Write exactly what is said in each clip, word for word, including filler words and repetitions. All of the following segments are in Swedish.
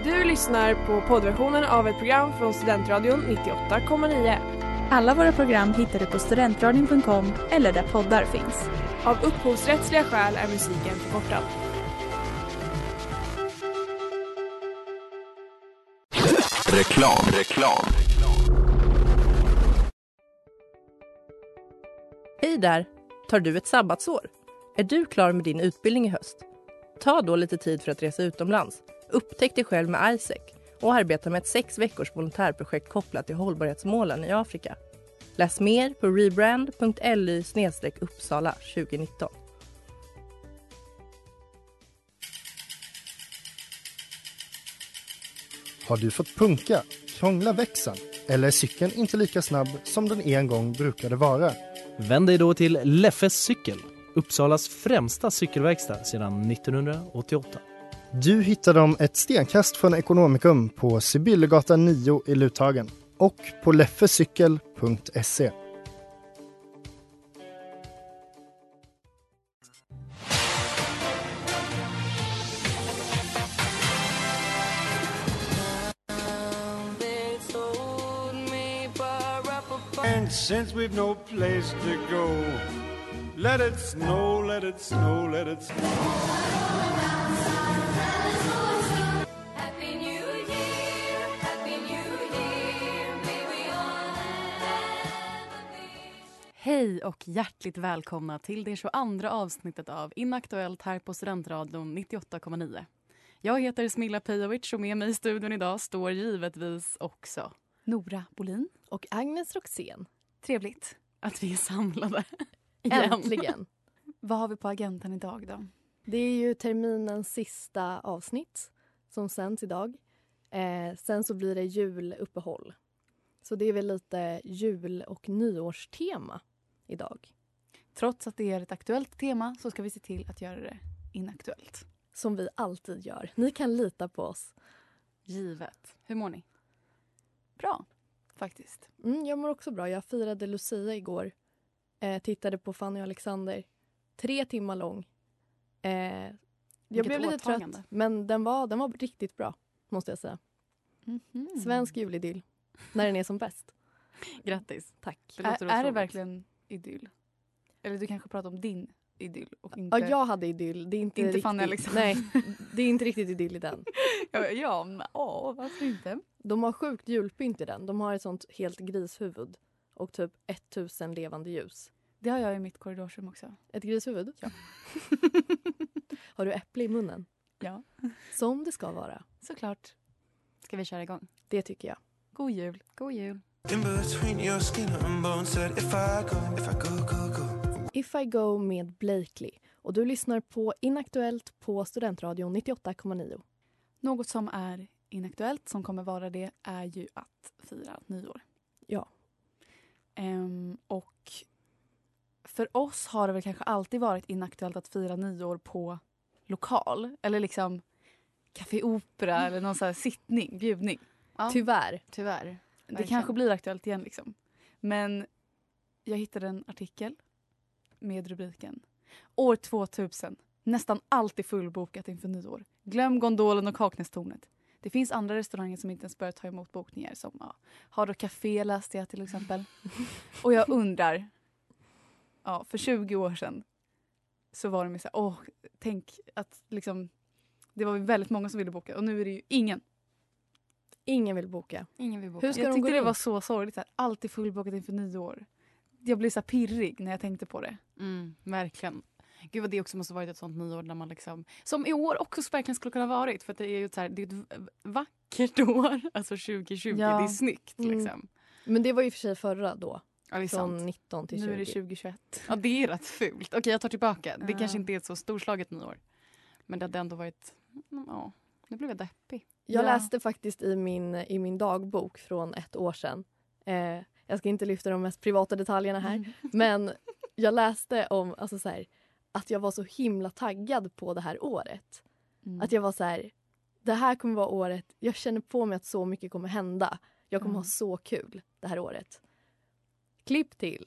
Du lyssnar på poddversionen av ett program från Studentradion nittioåtta komma nio. Alla våra program hittar du på studentradion punkt com eller där poddar finns. Av upphovsrättsliga skäl är musiken förkortad. Reklam, reklam. Hej där! Tar du ett sabbatsår? Är du klar med din utbildning i höst? Ta då lite tid för att resa utomlands. Upptäck dig själv med Isaac och arbeta med ett sex veckors volontärprojekt kopplat till hållbarhetsmålen i Afrika. Läs mer på rebrand punkt l y slash uppsala tjugonitton. Har du fått punka, krångla växeln eller är cykeln inte lika snabb som den en gång brukade vara? Vänd dig då till Leffes cykel, Uppsalas främsta cykelverkstad sedan nittonhundraåttioåtta. Du hittar dem ett stenkast från Ekonomikum på Sibyllegatan nio i Luthagen och på leffecykel punkt se. And since we've no place to go, let it snow, let it snow, let it snow. Happy New Year, Happy New Year, may we all have. Hej och hjärtligt välkomna till det tjugoandra avsnittet av Inaktuellt här på Studentradion nittioåtta komma nio. Jag heter Smilla Pejovic och med mig i studion idag står givetvis också Nora Bolin. Och Agnes Roxén. Trevligt att vi är samlade igen. Äntligen. Vad har vi på agenten idag då? Det är ju terminens sista avsnitt som sänds idag. Eh, sen så blir det juluppehåll. Så det är väl lite jul- och nyårstema idag. Trots att det är ett aktuellt tema så ska vi se till att göra det inaktuellt. Som vi alltid gör. Ni kan lita på oss. Givet. Hur mår ni? Bra, faktiskt. Mm, jag mår också bra. Jag firade Lucia igår. Eh, tittade på Fanny och Alexander. Tre timmar lång. Eh, jag Vilket blev lite åtagande. trött. Men den var, den var riktigt bra, måste jag säga. Mm-hmm. Svensk julidyll. När den är som bäst. Grattis. Tack. Det är, är det verkligen idyll? Eller du kanske pratar om din idyll och inte... Ja, jag hade idyll. Det är inte, inte riktigt, Fanny Alexander. Nej, det är inte riktigt idyll i den. ja, ja men, åh, varför inte? De har sjukt julpynt i den. De har ett sånt helt grishuvud. Och typ tusen levande ljus. Det har jag i mitt korridorsrum också. Ett grishuvud? Ja. Har du äpple i munnen? Ja. Som det ska vara. Såklart. Ska vi köra igång? Det tycker jag. God jul. God jul. In between your skin and bones said if I go, if I go, go, go. If I Go med Blakely. Och du lyssnar på Inaktuellt på Studentradion nittioåtta komma nio. Något som är inaktuellt, som kommer vara det, är ju att fira nyår. Ja. Um, och för oss har det väl kanske alltid varit inaktuellt att fira nyår på lokal. Eller liksom Café Opera mm. eller någon sån här sittning, bjudning. Ja. Tyvärr. Tyvärr. Det Verkligen. kanske blir aktuellt igen liksom. Men jag hittade en artikel med rubriken År tvåtusen. Nästan alltid fullbokat inför nyår. Glöm gondolen och Kaknästornet. Det finns andra restauranger som inte ens börjar ta emot bokningar. Som ja, Hard Café läste jag till exempel. Och jag undrar. Ja, för tjugo år sedan. Så var det med så här. Åh, tänk att liksom. Det var väldigt många som ville boka. Och nu är det ju ingen. Ingen vill boka. Ingen vill boka. Hur ska jag de tyckte gå det in? var så sorgligt. Så här, alltid fullbokat inför nyår. Jag blev så här pirrig när jag tänkte på det. Mm, verkligen. Gud vad det också måste varit ett sånt nyår där man liksom, som i år också verkligen skulle kunna varit, för att det är ju så här, det är ett vackert år, alltså tjugo tjugo, ja. Det är snyggt liksom. Mm. Men det var ju för sig förra då. Ja, det är från sant. nitton till tjugo. Nu är det tjugo tjugoett. Ja, det är rätt fult. Okej, jag tar tillbaka. Det Ja. kanske inte är ett så storslaget nyår. Men det hade ändå varit, ja, nu blev jag deppig. Jag Ja. läste faktiskt i min, i min dagbok från ett år sedan. Eh, jag ska inte lyfta de mest privata detaljerna här. Mm. Men jag läste om alltså så här, att jag var så himla taggad på det här året. Mm. Att jag var så här, det här kommer vara året, jag känner på mig att så mycket kommer hända. Jag kommer Mm. ha så kul det här året. Klipp till.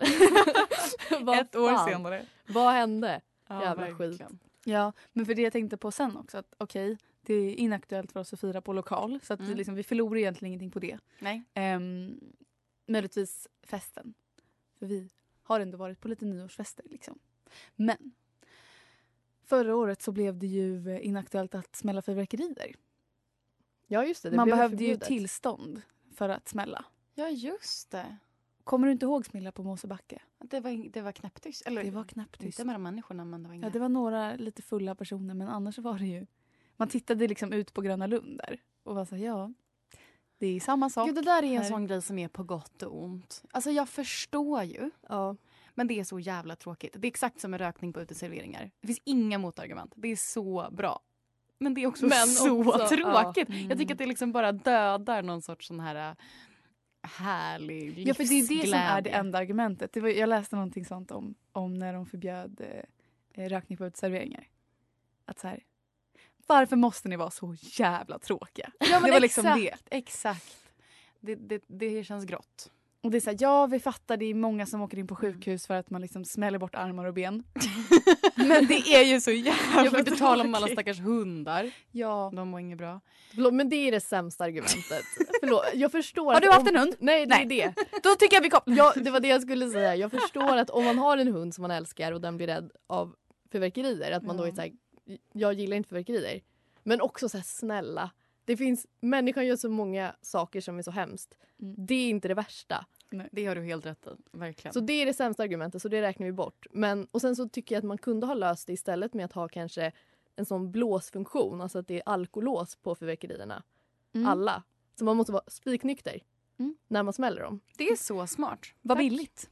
Ett år senare. Vad hände? Ja, Jävla verkligen. skit. Ja, men för det jag tänkte på sen också, att okej, Det är inaktuellt för oss att fira på lokal. Så att Mm. vi, liksom, vi förlorar egentligen ingenting på det. Nej. Um, möjligtvis festen. För vi har ändå varit på lite nyårsfester. Liksom. Men förra året så blev det ju inaktuellt att smälla fyrverkerier. Ja, just det. det Man blev behövde förbjudet. ju tillstånd för att smälla. Ja, just det. Kommer du inte ihåg Smilla på Mosebacke? Det var, det var knäpptyst. Eller Det var knäpptyst. inte med de människorna, men det var inga... Ja, det var några lite fulla personer, men annars var det ju... Man tittade liksom ut på Gröna Lund där och var så här, ja, det är samma sak. Gud, det där är en här. sån grej som är på gott och ont. Alltså jag förstår ju. Ja. Men det är så jävla tråkigt. Det är exakt som med rökning på uteserveringar. Det finns inga motargument. Det är så bra. Men det är också Men så också, tråkigt. ja. Mm. Jag tycker att det liksom bara dödar någon sorts sån här äh, härlig livsglädje. Ja, för det är det som är det enda argumentet. Det var, jag läste någonting sånt om, om när de förbjöd eh, rökning på uteserveringar. Att så här, varför måste ni vara så jävla tråkiga? Ja, men det var liksom exakt, det. Exakt. Det, det, det känns grått. Och det är så här, ja, vi fattar, det är många som åker in på sjukhus för att man liksom smäller bort armar och ben. Men det är ju så jävla Jag får inte tala om alla tråkigt. stackars hundar. Ja. De mår inget bra. Förlåt, men det är det sämsta argumentet. Förlåt, jag förstår. Har att du haft om... en hund? Nej, det Nej. är det. Då tycker jag vi kommer. Ja, det var det jag skulle säga. Jag förstår att om man har en hund som man älskar och den blir rädd av fyrverkerier, att man Ja. då är så här, jag gillar inte fyrverkerier. Men också så här, snälla. Det finns, människan gör så många saker som är så hemskt. Mm. Det är inte det värsta. Det har du helt rätt i. Verkligen. Så det är det sämsta argumentet, så det räknar vi bort. Men, och sen så tycker jag att man kunde ha löst det istället med att ha kanske en sån blåsfunktion. Alltså att det är alkolås på fyrverkerierna. Mm. Alla. Så man måste vara spiknykter Mm. när man smäller dem. Det är så smart. Vad Tack. billigt.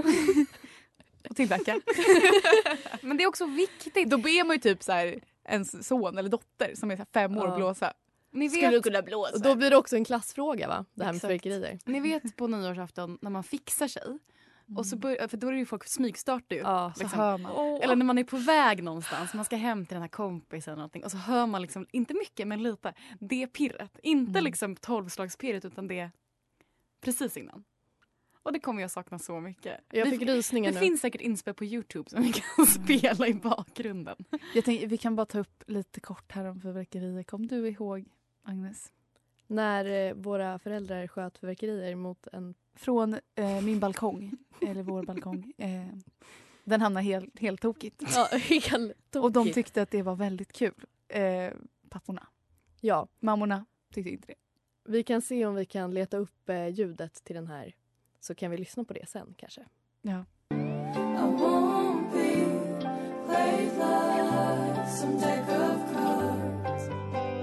Och tillverka. Men det är också viktigt. Då ber man ju typ så här ens son eller dotter som är så här fem år Ja. och blåsa. Ni Skulle vet, du kunna blåsa? Och då blir det också en klassfråga, va? Det här med Exakt. fyrverkerier. ni vet på nyårsafton när man fixar sig. Och så bör, för då är det ju folk smygstartar ju. Ja, Så liksom. hör man. Eller när man är på väg någonstans, man ska hem till den här kompisen eller någonting, och så hör man liksom, inte mycket men lite, det pirret. Inte Mm. liksom tolvslagspirret utan det precis innan. Och det kommer jag sakna så mycket. Jag det, fick rysningar det nu. finns säkert inspel på YouTube som vi kan spela i bakgrunden. Jag tänker, vi kan bara ta upp lite kort här om fyrverkerier. Kom du ihåg, Agnes? När eh, våra föräldrar sköt fyrverkerier mot en... Från eh, min balkong, eller vår balkong. Eh, den hamnade helt, helt tokigt. Ja, helt Och de tokigt. tyckte att det var väldigt kul. Eh, papporna. Ja, Mammorna tyckte inte det. vi kan se om vi kan leta upp eh, ljudet till den här. Så kan vi lyssna på det sen kanske. Ja. I won't be played like some deck of cards.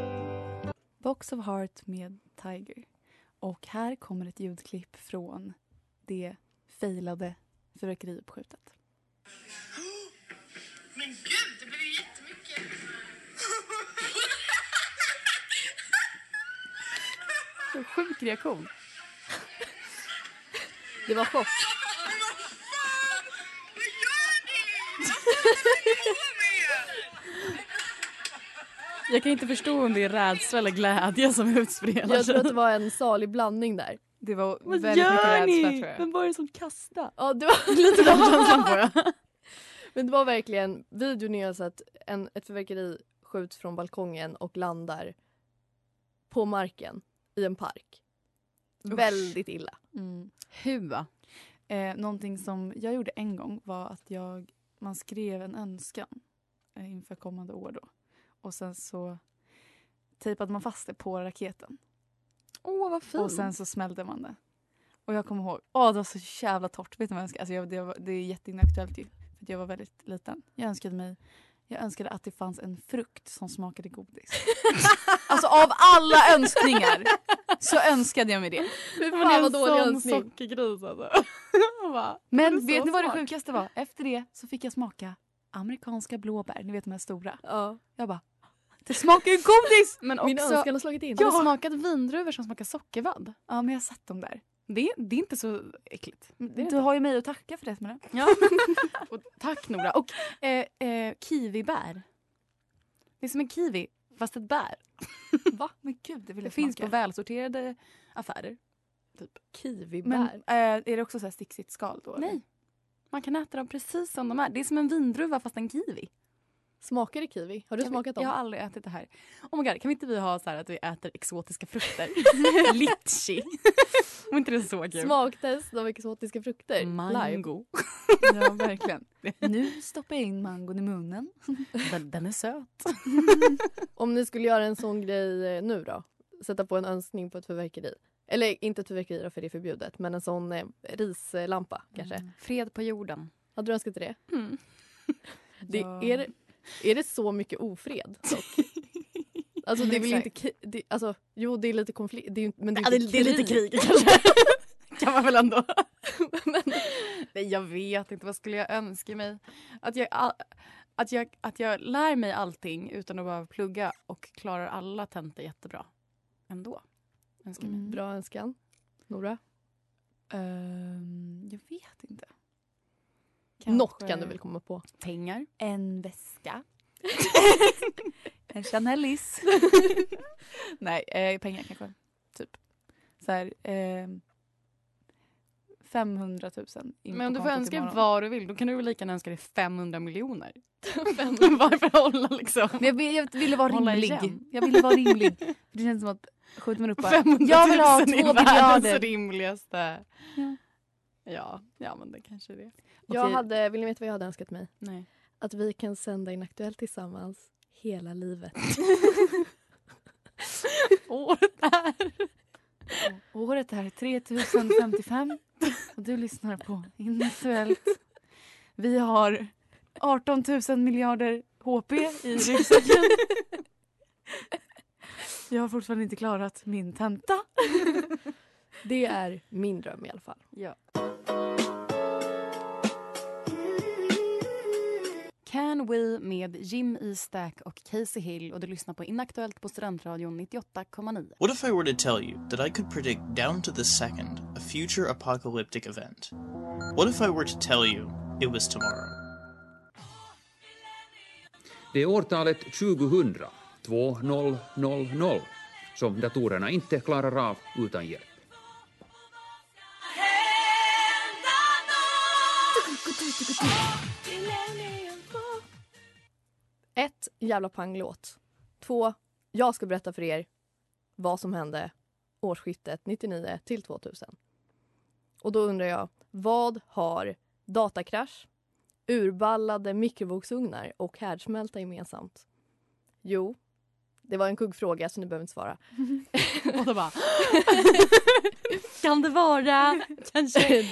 Box of Heart med Tiger. Och här kommer ett ljudklipp från det failade fyrverkeriuppskjutet. Men gud, det blev ju jättemycket. Så sjuk reaktion. Det var chock. Men vad fan! Vad gör ni? Vad håller ni på med? Jag kan inte förstå om det är rädsla eller glädje som utspelar Jag sig. tror att det var en salig blandning där. Det var Vad väldigt mycket gör rädsla, ni? tror jag. Vem var det som kastade? Ja, det var Lite den känslan får jag. Men det var verkligen, videon är alltså att en, ett fyrverkeri skjuts från balkongen och landar på marken i en park. Usch. Väldigt illa. Mm. Hur? Eh, någonting som jag gjorde en gång var att jag, man skrev en önskan eh, inför kommande år då. Och sen så tejpade man fast det på raketen. Åh, vad fint. Och sen så smällde man det. Och jag kommer ihåg, åh det var så jävla torrt. Vet du vad jag önskade? Alltså jag, det, var, det är jätteinaktuellt ju. För att jag var väldigt liten. Jag önskade mig, jag önskade att det fanns en frukt som smakade godis. Alltså av alla önskningar så önskade jag mig det. Fy fan vad dålig önskning. sockergris alltså. Va? Men Det är så vet ni vad det smart. sjukaste var? Efter det så fick jag smaka amerikanska blåbär. Ni vet de här stora. Ja. Jag bara, det smakar ju godis! Men Min också, önskan har slagit in. har du smakat vindruvor som smakar sockervadd? Ja, men jag har sett dem där. Det, det är inte så äckligt. Det är Du har ju mig att tacka för det, Smilla. Ja. Och tack Nora. Och eh, eh, kiwibär. Det är som en kiwi fast ett bär. Va? Men gud, det vill Det jag finns smaka. på välsorterade affärer. Typ. Kiwibär. Men eh, är det också så här sticksigt skal då? eller? Nej. Man kan äta dem precis som de är. Det är som en vindruva fast en kiwi. Smakar det kiwi? Har du jag, smakat dem? Jag har aldrig ätit det här. Oh my god, kan vi inte vi ha så här att vi äter exotiska frukter? Litchi. Var inte det så kul? Smaktest av exotiska frukter. Mango. Ja, verkligen. Nu stoppar jag in mangon i munnen. Den, den är söt. Om ni skulle göra en sån grej eh, nu då? Sätta på en önskning på ett förverkeri. Eller inte ett förverkeri då, för det är förbjudet. Men en sån eh, rislampa kanske. Mm. Fred på jorden. Hade du önskat det? Mm. det Ja. är, det- är det så mycket ofred dock? Alltså det är väl inte Exakt. kri- det, alltså, jo det är lite konflikt. Det är, ju- men det är, Ja, inte det, det är lite krig. krig kanske. Kan man väl ändå. Men, Nej, jag vet inte. Vad skulle jag önska mig? Att jag, all- att, jag, att jag lär mig allting utan att behöva plugga och klarar alla tentor jättebra. Ändå. Önskar mig. Mm. bra önskan. Nora? Ehm, jag vet inte. Något Kanske kan du väl komma på? Pengar. En väska. En Chanelis. Nej, eh, pengar kanske. Typ. Så här, eh, femhundratusen in Men om på du får kontot önska imorgon. vad du vill, då kan du väl lika gärna önska dig femhundra miljoner. Varför hålla liksom? Men jag, vill- jag ville vara Hålla rimlig. igen. Jag ville vara rimlig. För det känns som att skjuter man upp bara, femhundra jag vill ha tusen är två världens miljarder. rimligaste. Ja. Ja, ja, men det kanske är det. Jag Okej. hade, vill ni veta vad jag hade önskat mig? Nej. Att vi kan sända Inaktuellt tillsammans hela livet. Året är... Året är tre tusen femtiofem och du lyssnar på Inaktuellt. Vi har arton tusen miljarder H P i ryggsäcken. Jag har fortfarande inte klarat min tenta. Det är min dröm i alla fall. Ja. Can We med Jim Eastack och Casey Hill och du lyssnar på Inaktuellt på Studentradion nittioåtta komma nio. What if I were to tell you that I could predict down to the second a future apocalyptic event? What if I were to tell you it was tomorrow? Det är årtalet tjugohundra, tvåtusen, som datorerna inte klarar av utan hjälp. Ett, jävla panglåt. Två, jag ska berätta för er vad som hände årsskiftet nittionio till tvåtusen. Och då undrar jag, vad har datakrasch, urballade mikrovågsugnar och härdsmälta gemensamt? Jo, det var en kuggfråga så ni behöver inte svara. Och då bara... kan det vara kanske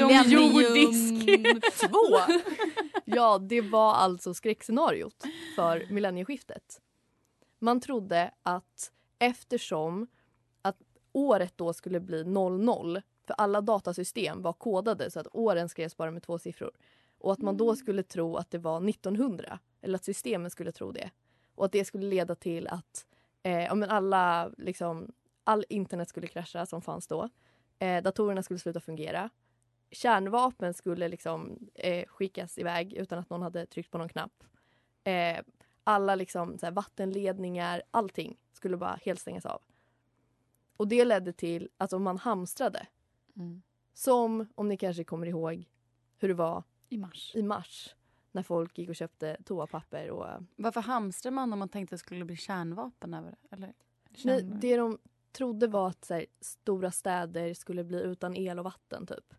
Millennium två? Ja, det var alltså skräckscenariot för millennieskiftet. Man trodde att eftersom att året då skulle bli noll noll, för alla datasystem var kodade så att åren skrevs bara med två siffror. Och att man då skulle tro att det var nittonhundra, eller att systemen skulle tro det. Och att det skulle leda till att eh, ja, men alla, liksom, all internet skulle krascha som fanns då. Eh, datorerna skulle sluta fungera. Kärnvapen skulle liksom, eh, skickas iväg utan att någon hade tryckt på någon knapp. Eh, alla liksom, så här, vattenledningar, allting skulle bara helt stängas av. Och det ledde till att om man hamstrade, Mm. som om ni kanske kommer ihåg hur det var I mars. i mars när folk gick och köpte toapapper. Och, Varför hamstrar man om man tänkte att det skulle bli kärnvapen över det? Eller? nej, Kärn- det de trodde var att så här, stora städer skulle bli utan el och vatten typ.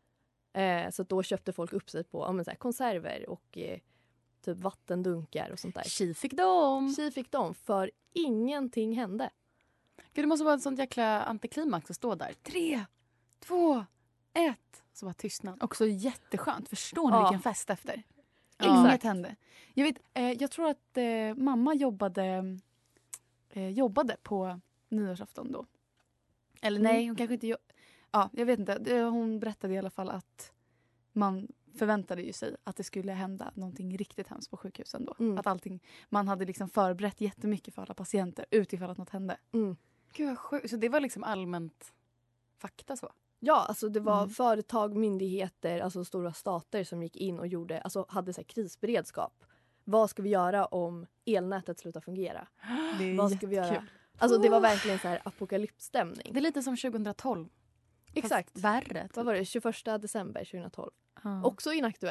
Eh, så att då köpte folk upp sig på ja, men så här, konserver och eh, typ vattendunkar och sånt där. Tji fick de. Tji fick de, för ingenting hände. Gud, det måste vara ett sånt jäkla antiklimax att stå där. Tre, två, ett. Så bara tystnad. Också jätteskönt. Förstår ni Ja. vilken fest efter? Ja. Inget Exakt. hände. Jag, vet, eh, jag tror att eh, mamma jobbade, eh, jobbade på nyårsafton då. Eller Mm. nej, hon kanske inte... Jo- ja, jag vet inte. Det- Hon berättade i alla fall att man förväntade ju sig att det skulle hända någonting riktigt hemskt på sjukhusen då. Mm. Att allting, man hade liksom förberett jättemycket för alla patienter utifall att något hände. Mm. Gud vad sjukt. Så det var liksom allmänt fakta så? Ja, alltså det var Mm. företag, myndigheter, alltså stora stater som gick in och gjorde, alltså hade så här krisberedskap. Vad ska vi göra om elnätet slutar fungera? Det är Vad ska vi jättekul. göra? Alltså det var verkligen så här apokalypsstämning. Det är lite som tjugohundratolv. Exakt. Fast värre. Typ. Vad var det? tjugoförsta december tjugotolv. Ja. Också inaktuellt.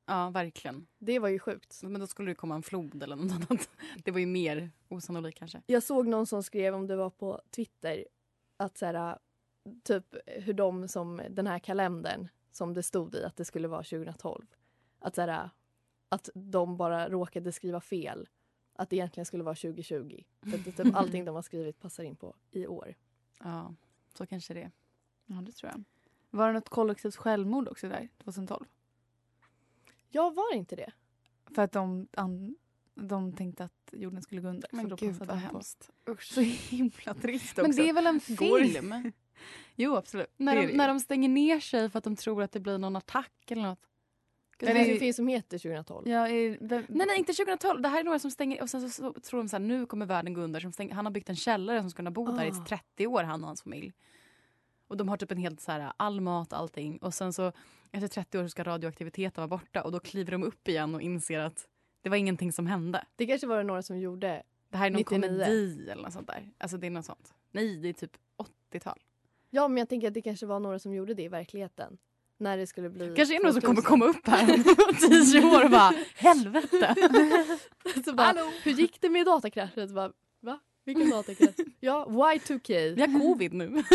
Ja, verkligen. Det var ju sjukt. Men då skulle det komma en flod eller något annat. Det var ju mer osannolikt kanske. Jag såg någon som skrev, om det var på Twitter, att så här, typ hur de som den här kalendern som det stod i att det skulle vara tjugohundratolv. Att så här, att de bara råkade skriva fel. Att det egentligen skulle vara tjugohundratjugo. För att det, typ allting de har skrivit passar in på i år. Ja, så kanske det. Ja, det tror jag. Var det något kollektivt självmord också där tjugohundratolv? Ja, var inte det? För att de, an, de tänkte att jorden skulle gå under. Men så då gud, passade vad de på. hemskt. Usch. Så himla trist också. Men det är väl en Går det? film? Jo, absolut. När Det är de, det. när de stänger ner sig för att de tror att det blir någon attack eller något. Det finns ju en film som heter tjugohundratolv. Ja, är, Nej, nej, inte tjugohundratolv. Det här är några som stänger... Och sen så, så tror de så här, nu kommer världen gå under. Som stänger, han har byggt en källare som ska kunna bo där i Ah. trettio år, han och hans familj. Och de har typ en helt så här, all mat, allting. Och sen så efter trettio år så ska radioaktiviteten vara borta. Och då kliver de upp igen och inser att det var ingenting som hände. Det kanske var det några som gjorde. Det här är någon nittionio. komedi eller något sånt där. Alltså det är något sånt. Nej, det är typ åttiotal. Ja, men jag tänker att det kanske var några som gjorde det i verkligheten. När det skulle bli... Kanske är det någon som kommer tvåtusen. komma upp här om tio år och bara, helvete. Så bara, hur gick det med datakraschen? Så bara, va? Vilken datakrasch? Ja, Y two K. Vi har covid nu.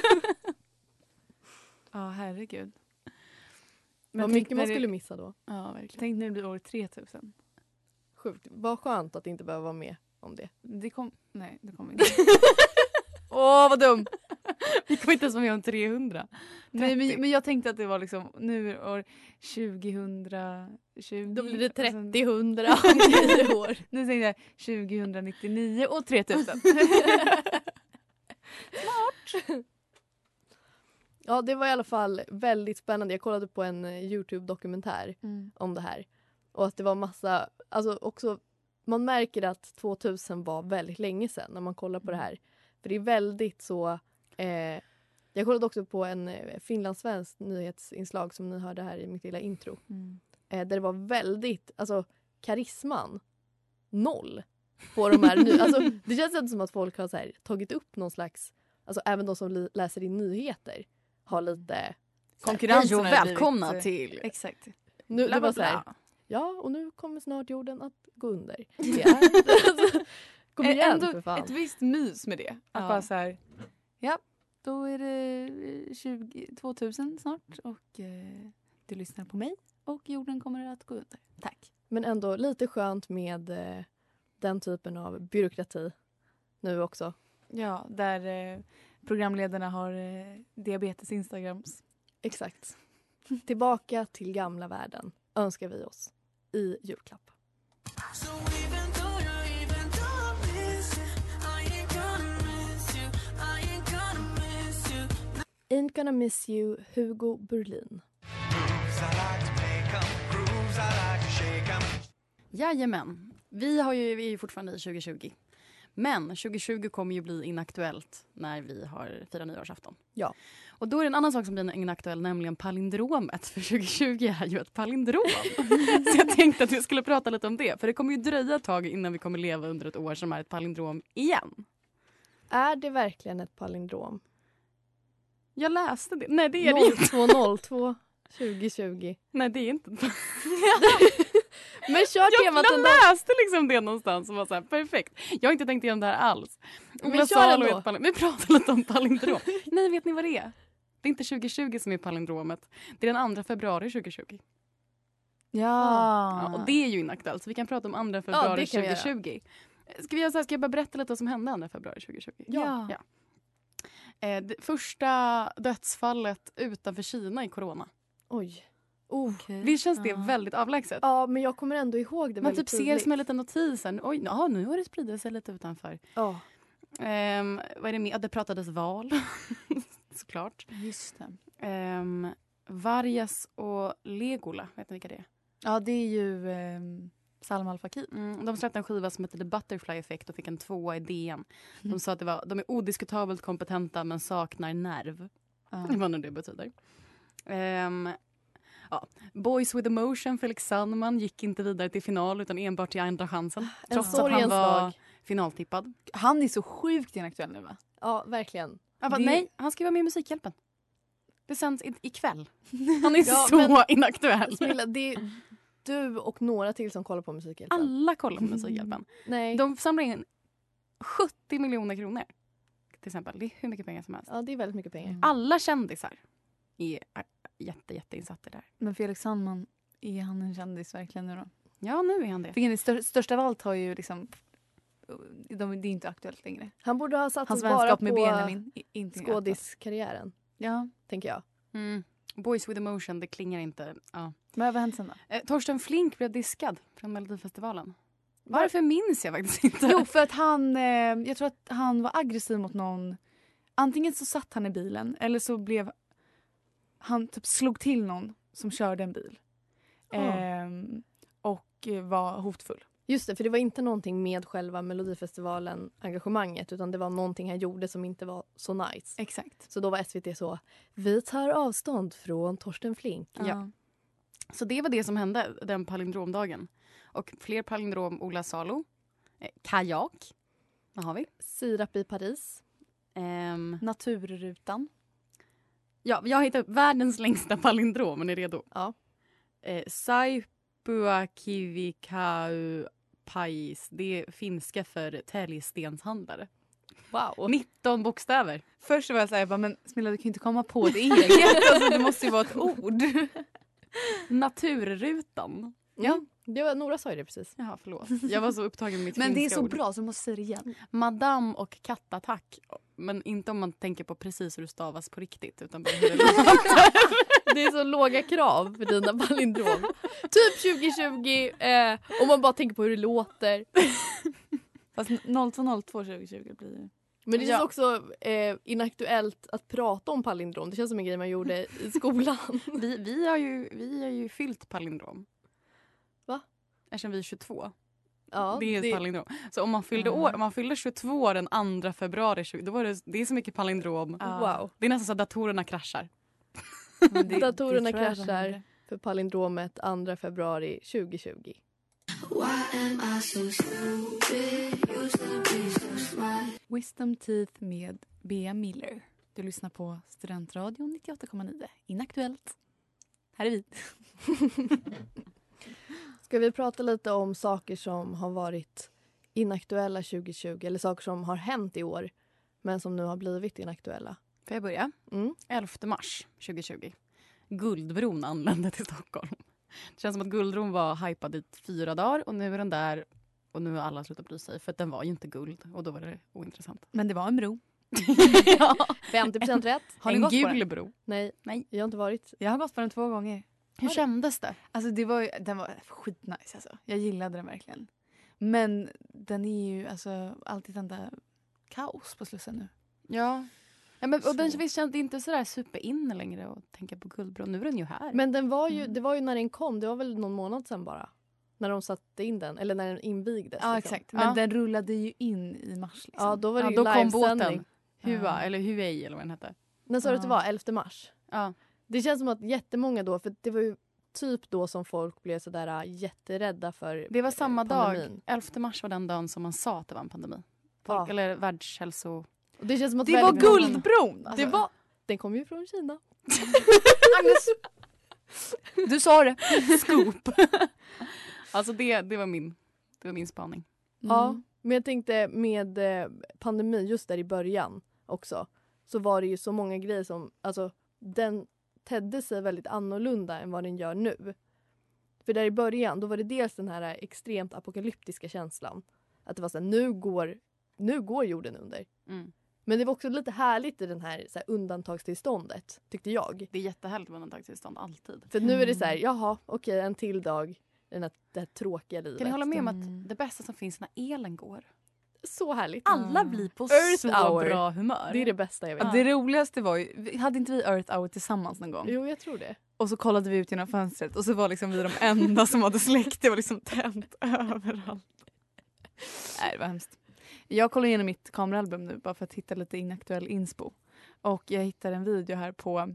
Ja, herregud. Vad tänk mycket när man det- skulle missa då. Ja, verkligen. Tänk när det blir år tre tusen. Sjukt. Vad skönt att inte behöva vara med om det. Det kom... Nej, det kommer inte. Åh, vad dum! Vi kommer inte ens vara med om trehundra. Nej, men, men jag tänkte att det var liksom nu är år tjugohundratjugo. Då blir det och sen- trettio hundra om tio år. Nu säger jag tjugohundranittionio och tre tusen. Ja, det var i alla fall väldigt spännande. Jag kollade på en eh, YouTube-dokumentär Mm. om det här. Och att det var massa, alltså också, man märker att tvåtusen var väldigt länge sedan när man kollar på det här. För det är väldigt så, eh, jag kollade också på en eh, finlandssvensk nyhetsinslag som ni hörde här i mitt lilla intro. Mm. Eh, där det var väldigt, alltså karisman, noll på de här ny- alltså det känns inte som att folk har så här, tagit upp någon slags, alltså även de som li- läser i nyheter har lite Konkurrensen har och blivit- välkomna till... Exakt. nu, det Bla, bla, var så här, bla. ja, och nu kommer snart jorden att gå under. Det är, alltså, kom igen Ändå för fan. ett visst mys med det. Att Ja. bara så här, ja, då är det tjugo, tvåtusen snart och eh, du lyssnar på mig och jorden kommer att gå under. Tack. Men ändå lite skönt med eh, den typen av byråkrati nu också. Ja, där eh, programledarna har eh, diabetes Instagrams. Exakt. Tillbaka till gamla världen önskar vi oss i julklapp. So even though you, even though I miss you, I ain't gonna miss you, I ain't gonna miss you. Ain't gonna miss you, Hugo Berlin. Grooves I like to make 'em, grooves I like to shake 'em. Jajamän. Vi, har ju, vi är ju fortfarande i tjugohundratjugo. Men tjugohundratjugo kommer ju bli inaktuellt när vi har firar nyårsafton. Ja. Och då är det en annan sak som blir inaktuell, nämligen palindromet. För tjugohundratjugo är ju ett palindrom. Så jag tänkte att vi skulle prata lite om det. För det kommer ju dröja ett tag innan vi kommer leva under ett år som är ett palindrom igen. Är det verkligen ett palindrom? Jag läste det. Nej, det är det inte. noll två noll två tjugo tjugo. Nej, det är inte. Men kör Jag, temat jag ändå. läste liksom det någonstans och var så här, perfekt. Jag har inte tänkt igenom det här alls. Men Ola kör Salo ändå. är ett palindrom. Vi pratar lite om palindrom. Nej, vet ni vad det är? Det är inte tjugohundratjugo som är palindromet. Det är den andra februari tjugohundratjugo. Ja. Ja, och det är ju inaktuellt, så vi kan prata om andra februari det kan vi göra. tjugohundratjugo. Ska vi göra så här, ska jag bara berätta lite vad som hände andra februari tjugohundratjugo? Ja. ja. Eh, det första dödsfallet utanför Kina i corona. Oj. Oh. Visst känns det Ja. väldigt avlägset? Ja, men jag kommer ändå ihåg det Man väldigt typ ser tydligt. som en liten notis. här, Oj, ja, nu har det spridit sig lite utanför. Ja. Ehm, vad är det mer? Ja, det pratades val. Såklart. Just det. Um, Vargas och Legola, vet ni vilka det är? Ja, det är ju eh, Salma Al Fakir. Mm, de släppte en skiva som heter The Butterfly Effect och fick en tvåa i D N. De Mm. sa att det var, de är odiskutabelt kompetenta men saknar nerv. Ja. Vad nu det betyder. Ehm, ja. Boys with Emotion, Felix Sandman, gick inte vidare till final utan enbart till andra chansen. En Trots att han sorgens var dag. finaltippad. Han är så sjukt inaktuell nu, va? Ja, verkligen. Jag bara, Det- nej, han ska ju vara med i Musikhjälpen. Det sänds i, ikväll. Han är Ja, så men- inaktuell. Smilla, det, du och några till som kollar på Musikhjälpen? Alla kollar på Musikhjälpen. Nej. De samlar in sjuttio miljoner kronor. Till exempel. Det är hur mycket pengar som helst. Ja, det är väldigt mycket pengar. Alla kändisar är jätte, jätteinsatta där. Men Felix Sandman, är han en kändis verkligen nu då? Ja, nu är han det. För stör, största av allt har ju liksom... De, det är inte aktuellt längre. Han borde ha satt Hans bara vänskap med på Benjamin. i- Inte skådiskarriären, Ja. tänker jag. Mm. Boys with emotion, det klingar inte. Ja. Men vad har hänt sen då? Eh, Torsten Flink blev diskad från Melodifestivalen. Varför minns jag faktiskt inte? Jo, för att han... Eh, jag tror att han var aggressiv mot någon. Antingen så satt han i bilen eller så blev... Han typ slog till någon som körde en bil. Ah. Ehm, och eh, var hotfull. Just det, för det var inte någonting med själva Melodifestivalen-engagemanget utan det var någonting han gjorde som inte var så nice. Exakt. Så då var S V T så, vi tar avstånd från Torsten Flink. Ja. Så det var det som hände den palindromdagen. Och fler palindrom, Ola Salo. Eh, kajak. Vad har vi? Sirap i Paris. Ehm, Naturrutan. ja, jag har hittat upp världens längsta palindrom. Är ni redo? Ja. Eh, Saipua kivikau pais. Det är finska för täljstenshandlare. Wow. nitton bokstäver. Först var jag såhär, jag bara, men Smilla du kan ju inte komma på det eget. Alltså, det måste ju vara ett ord. Naturrutan. Ja, det var, Nora sa ju det precis. Jaha, förlåt. Jag var så upptagen med mitt Men det är finska så ord. bra så du måste säga det igen. Madame och kattattack. Men inte om man tänker på precis hur det stavas på riktigt. Utan bara hur det låter. Det är så låga krav för dina palindrom. Typ tjugo tjugo, eh, om man bara tänker på hur det låter. Fast noll två noll två tjugo tjugo blir ju... Men det känns Ja. också eh, inaktuellt att prata om palindrom. Det känns som en grej man gjorde i skolan. Vi, vi, har ju, vi har ju fyllt palindrom. Va? Eftersom vi är tjugotvå. Ja, Det är ett det- palindrom. Så om man fyllde, år, om man fyllde tjugotvå den andra februari, tjugo då var det, det är så mycket palindrom. Wow. Det är nästan så att datorerna kraschar. Det, Datorerna det tror jag de kraschar gjorde. för palindromet andra februari tjugo tjugo. Wisdom Teeth med Bea Miller. Du lyssnar på Studentradion nittioåtta komma nio. Inaktuellt. Här är vi. Ska vi prata lite om saker som har varit inaktuella tjugo tjugo eller saker som har hänt i år men som nu har blivit inaktuella? Får jag börja? Mm. elfte mars tjugo tjugo. Guldbron anlände till Stockholm. Det känns som att Guldbron var hypad i fyra dagar och nu är den där och nu har alla slutat bry sig för att den var ju inte guld och då var det ointressant. Men det var en bro. Ja. femtio procent rätt. Har ni En gått på gul den? bro. Nej, Nej. jag har inte varit. Jag har gått på den två gånger. Hur kändes det? Alltså det var ju, den var skitnice alltså. Jag gillade den verkligen. Men den är ju alltså alltid den där kaos på Slussen nu. Ja. Ja, men, och den Så. visst känns det inte sådär superinne längre att tänka på Guldbron. Nu är den ju här. Men den var ju, det var ju när den kom, det var väl någon månad sedan bara. När de satte in den, eller när den invigdes. Ja liksom. exakt. Men Ja. den rullade ju in i mars liksom. Ja, då var det Ja, ju då kom livesändning. båten. Hua, Ja. eller Huey eller vad den hette. När sa du att det Ja. var? elfte mars? Ja. Det känns som att jättemånga då, för det var ju typ då som folk blev sådär äh, jätterädda för Det var samma eh, dag. pandemin. elfte mars var den dagen som man sa att det var en pandemi. Folk, Ja. Eller världshälso... Och det känns som att Det var väldigt många- Guldbron! Alltså. Det var, den kom ju från Kina. Agnes! Du sa det. Scoop. Alltså det, det, var min, det var min spaning. Ja, men jag tänkte med eh, pandemin just där i början också. Så var det ju så många grejer som, alltså den tedde sig väldigt annorlunda än vad den gör nu. För där i början, då var det dels den här extremt apokalyptiska känslan. Att det var så här, nu går, nu går jorden under. Mm. Men det var också lite härligt i den här, så här undantagstillståndet, tyckte jag. Det är jättehärligt med undantagstillstånd, alltid. För nu är det så här, jaha, okej, en till dag. Den här, det här tråkiga livet. Kan ni hålla med om Mm. att det bästa som finns när elen går? Så härligt. Alla blir på Earth så hour. bra humör. Det är det bästa jag vet. Ja. Det roligaste var ju, vi- hade inte vi Earth Hour tillsammans någon gång? Jo, jag tror det. Och så kollade vi ut genom fönstret och så var liksom vi de enda som hade släckt. Det var liksom tänt överallt. Nej, det var hemskt. Jag kollar igenom mitt kameraalbum nu bara för att hitta lite inaktuell inspo. Och jag hittade en video här på...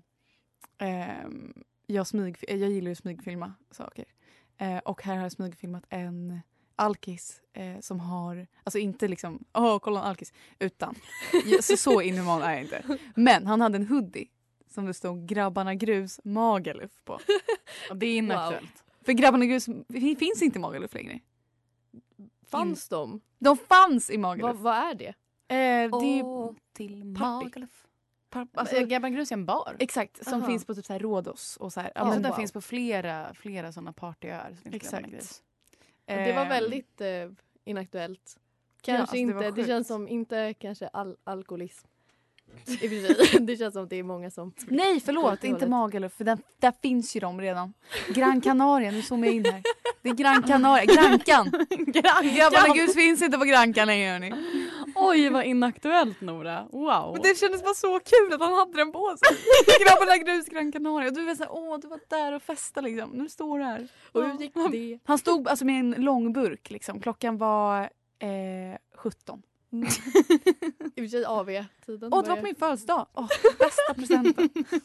ehm, jag, smyg, jag gillar ju att smygfilma saker. Eh, och här har jag smygfilmat en alkis eh, som har... Alltså inte liksom, åh kolla en alkis. Utan, så, så inhuman är jag inte. Men han hade en hoodie som det stod grabbarna grus Magaluf på. Och det är inaktuellt. För Grabbarna Grus finns inte i Magaluf längre. Fanns de? De fanns i Magaluf. Va, vad är det? Eh, det är ju Åh, till party. Magaluf. Alltså, Alltså, Grabbarna Grus är en bar. exakt, som Aha. finns på typ så här Rhodos och så här. Ja, men den wow. finns på flera, flera sådana partyöar. Så finns Exakt. Grabbarna Grus. Det var Eh, väldigt eh, inaktuellt. Kanske alltså, det inte, var det, sjukt. känns som inte kanske al- alkoholism. I och för sig. Det känns som det är många som... Nej, förlåt, inte Magaluf. För där, där finns ju de redan. Gran Canaria, nu zoomar jag in här. Det är Gran Canaria, Grankan. Grabbarna Grus finns inte på Grankan längre, hörni. Oj, vad inaktuellt, Nora. Wow. Men det kändes bara så kul att han hade den på sig. Grabbarna Grus, Gran Canaria. Och du var så här, åh, du var där och festade liksom. Nu står du här. Och hur gick det? Han stod alltså med en lång burk liksom. Klockan var eh, sjutton. I och för sig A V-tiden. Och det var på min födelsedag. Åh, bästa presenten.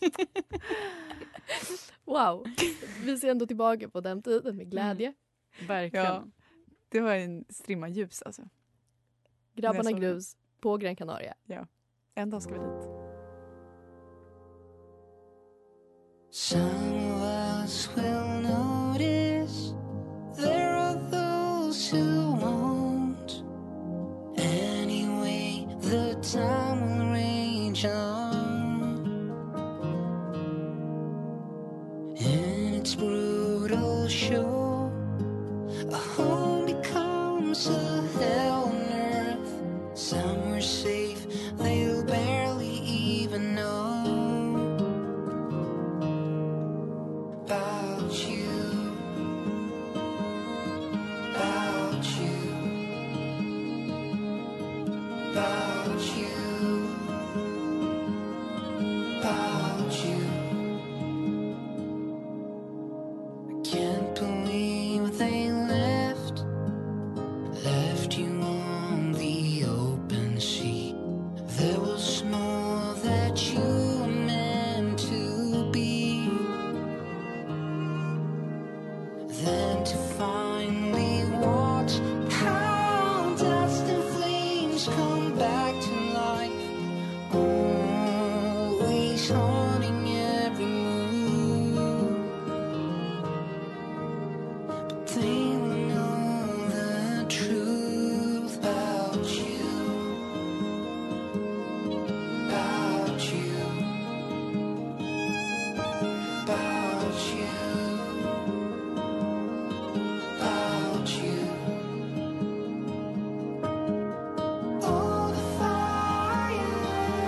Wow. Vi ser ändå tillbaka på den tiden med glädje. Verkligen. Ja, det var en strimma ljus alltså. Grabbarna Jag såg Grus på Gran Canaria. Ja, en dag ska vi dit. Some of us will notice there are those who won't. Anyway, the time will rage on. In its brutal show, a home becomes a hell on earth. Some were safe, they'll barely even know. About you, about you, about you, about you. I can't believe they left, left you on the open sea. There was more that you were meant to be than to finally watch how dust and flames come back to life, always haunting every move. But they will know the truth about you, about you, about you. About you. Oh, the fire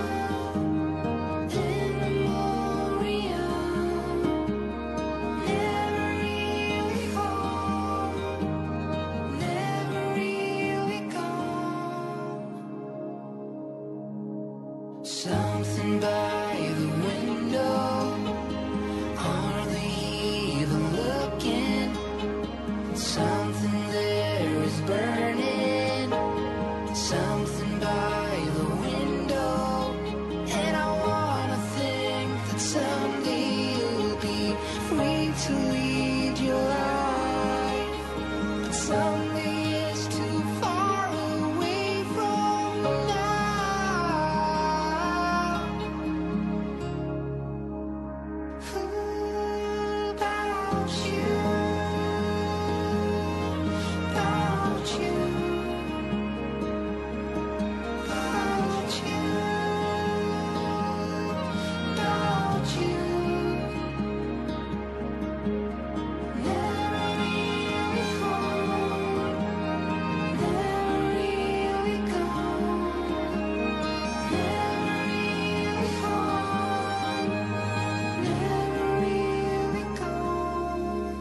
in memoriam, never really home, never really gone. Something by the window, are they even looking? Something there is burning, something by the window, and I wanna think that someday you'll be free to lead your life, but someday is too far away from now. About you. About you, about you, about you. Never really home, never really gone, never really home, never really gone.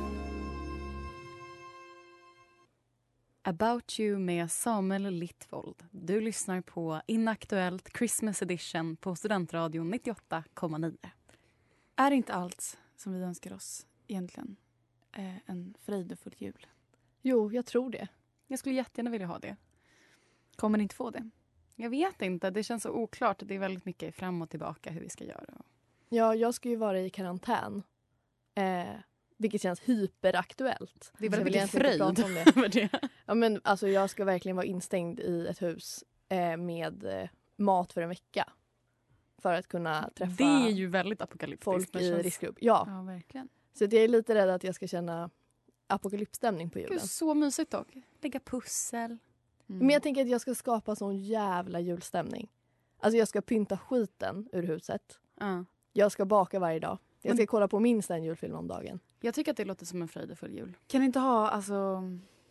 About You med Samuel Littvold. Du lyssnar på Inaktuellt Christmas Edition på Studentradion nittioåtta komma nio. Är inte allt som vi önskar oss egentligen eh, en fröjdefull jul? Jo, jag tror det. Jag skulle jättegärna vilja ha det. Kommer ni inte få det? Jag vet inte, det känns så oklart. Det är väldigt mycket fram och tillbaka hur vi ska göra. Ja, jag ska ju vara i karantän. Eh, vilket känns hyperaktuellt. Det är Så jag väldigt vill mycket egentligen inte fröjd prata om det. över det. Ja, men alltså jag ska verkligen vara instängd i ett hus eh, med eh, mat för en vecka. För att kunna träffa Det är ju väldigt apokalyptiskt. folk Det i känns- riskgrupp. Ja. Ja, verkligen. Så att jag är lite rädd att jag ska känna apokalypsstämning på julen. Gud, så mysigt dock. Lägga pussel. Mm. Men jag tänker att jag ska skapa sån jävla julstämning. Alltså jag ska pynta skiten ur huset. Uh. Jag ska baka varje dag. Jag ska Men- kolla på minst en julfilm om dagen. Jag tycker att det låter som en fröjdefull jul. Kan inte ha, alltså...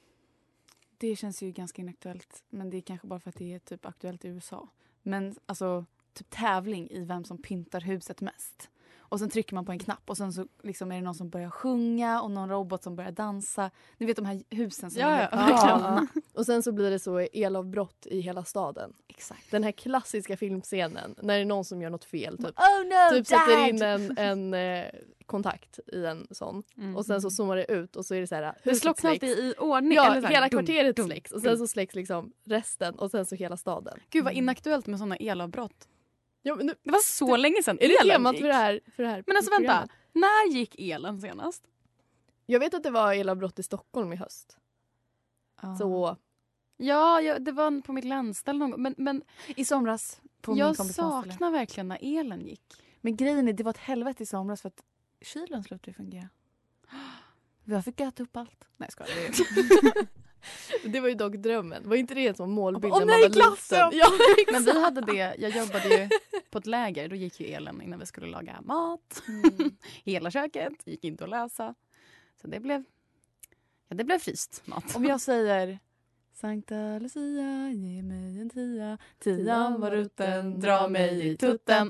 Det känns ju ganska inaktuellt. Men det är kanske bara för att det är typ aktuellt i U S A. Men alltså, typ tävling i vem som pyntar huset mest. Och sen trycker man på en knapp och sen så liksom är det någon som börjar sjunga och någon robot som börjar dansa. Ni vet de här husen som Ja, är ja, helt verkligen. galna. Och sen så blir det så elavbrott i hela staden. Exakt. Den här klassiska filmscenen när det är någon som gör något fel. Typ, Oh no, typ sätter in en, en eh, kontakt i en sån. Mm. Och sen så zoomar det ut och så är det så här. Det huset slocknar släcks. alltid i ordning. Ja, eller så här, hela dum, kvarteret dum, släcks. Och dum. sen så släcks liksom resten och sen så hela staden. Gud vad inaktuellt med såna elavbrott. Ja, men nu, Det var så länge sedan är det elen temat gick. för det här, för det här Men alltså vänta, programmet? när gick elen senast? Jag vet att det var elavbrott i Stockholm i höst. Så Ja, jag, det var på mitt landställe någon gång. Men, men I somras på min jag kompis landställe. saknar verkligen när elen gick. Men grejen är, det var ett helvete i somras för att kylen slutade fungera. Jag fick äta upp allt. Nej, jag skojar. det var ju dock drömmen. Var inte det en sån målbild Åh, när nej, man var glassen! liten? Ja, Men vi hade det, jag jobbade ju på ett läger. Då gick ju elen innan vi skulle laga mat. Hela köket gick inte att lösa. Så det blev, ja, det blev fryst mat. Om jag säger Sankta Lucia, ge mig en tia. Tian var rutten, dra mig i tutten.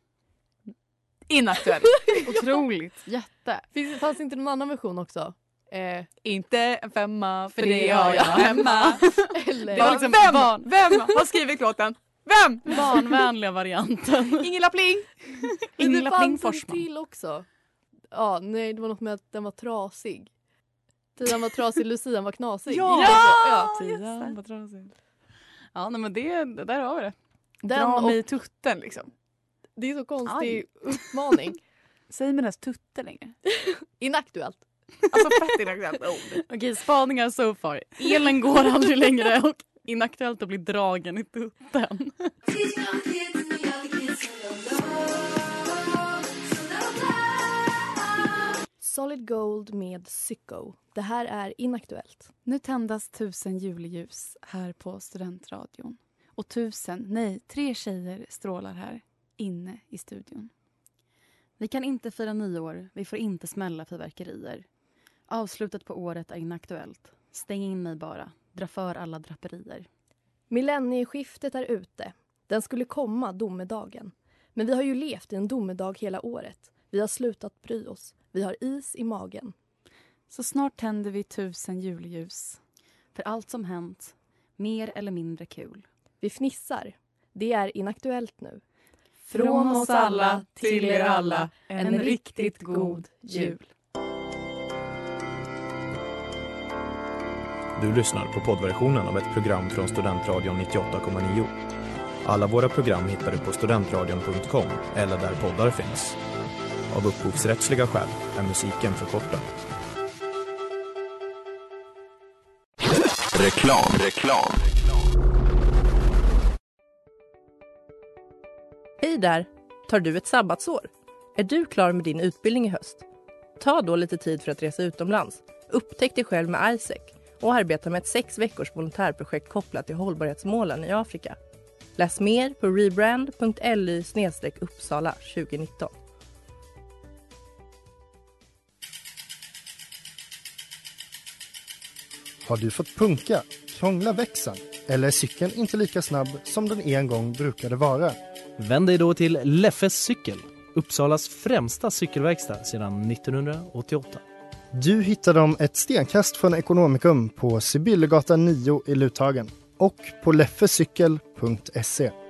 Inaktuell. Otroligt, jätte. Finns, fanns inte någon annan version också? Eh, Inte en femma, för det det har har jag jag hemma. eller... Det var liksom, vem, barn. vem har skrivit låten? Vem? Barnvänliga varianten. Ingela Pling. Men Ingela det Pling fanns en Forsman. till också. Ja, nej, det var något med att den var trasig. Tian var trasig, Lucian var knasig. Ja! ja. Tian var trasig. Ja, nej, men det, det där har vi det. Den Dra och, mig i tutten liksom. det är så konstig uppmaning. Säg mig dess tutte längre. Inaktuellt. Alltså fett inaktuellt ord. Okej, spaningar so far. Elen går aldrig längre och inaktuellt att bli dragen i tutten. Solid Gold med Psycho. Det här är inaktuellt. Nu tändas tusen juleljus här på Studentradion. Och tusen, nej, tre tjejer strålar här inne i studion. Vi kan inte fira nyår, vi får inte smälla fyrverkerier. Avslutet på året är inaktuellt. Stäng in mig bara, dra för alla draperier. Millennieskiftet är ute. Den skulle komma domedagen. Men vi har ju levt i en domedag hela året. Vi har slutat bry oss. Vi har is i magen. Så snart tänder vi tusen julljus. För allt som hänt, mer eller mindre kul. Vi fnissar. Det är inaktuellt nu. Från oss alla till er alla, en riktigt god jul. Du lyssnar på poddversionen av ett program från Studentradion nittioåtta komma nio. Alla våra program hittar du på studentradion punkt com eller där poddar finns. Av upphovsrättsliga skäl är musiken förkortad. Reklam, reklam. Hej där! Tar du ett sabbatsår? Är du klar med din utbildning i höst? Ta då lite tid för att resa utomlands. Upptäck dig själv med Isaac och arbeta med ett sex veckors volontärprojekt kopplat till hållbarhetsmålen i Afrika. Läs mer på rebrand punkt l y snedstreck uppsala tjugonitton. Har du fått punka, krångla växeln eller är cykeln inte lika snabb som den en gång brukade vara? Vänd dig då till Leffes cykel, Uppsalas främsta cykelverkstad sedan nittonhundraåttioåtta. Du hittar dem ett stenkast från Ekonomikum på Sibyllegatan nio i Luthagen och på leffecykel punkt se.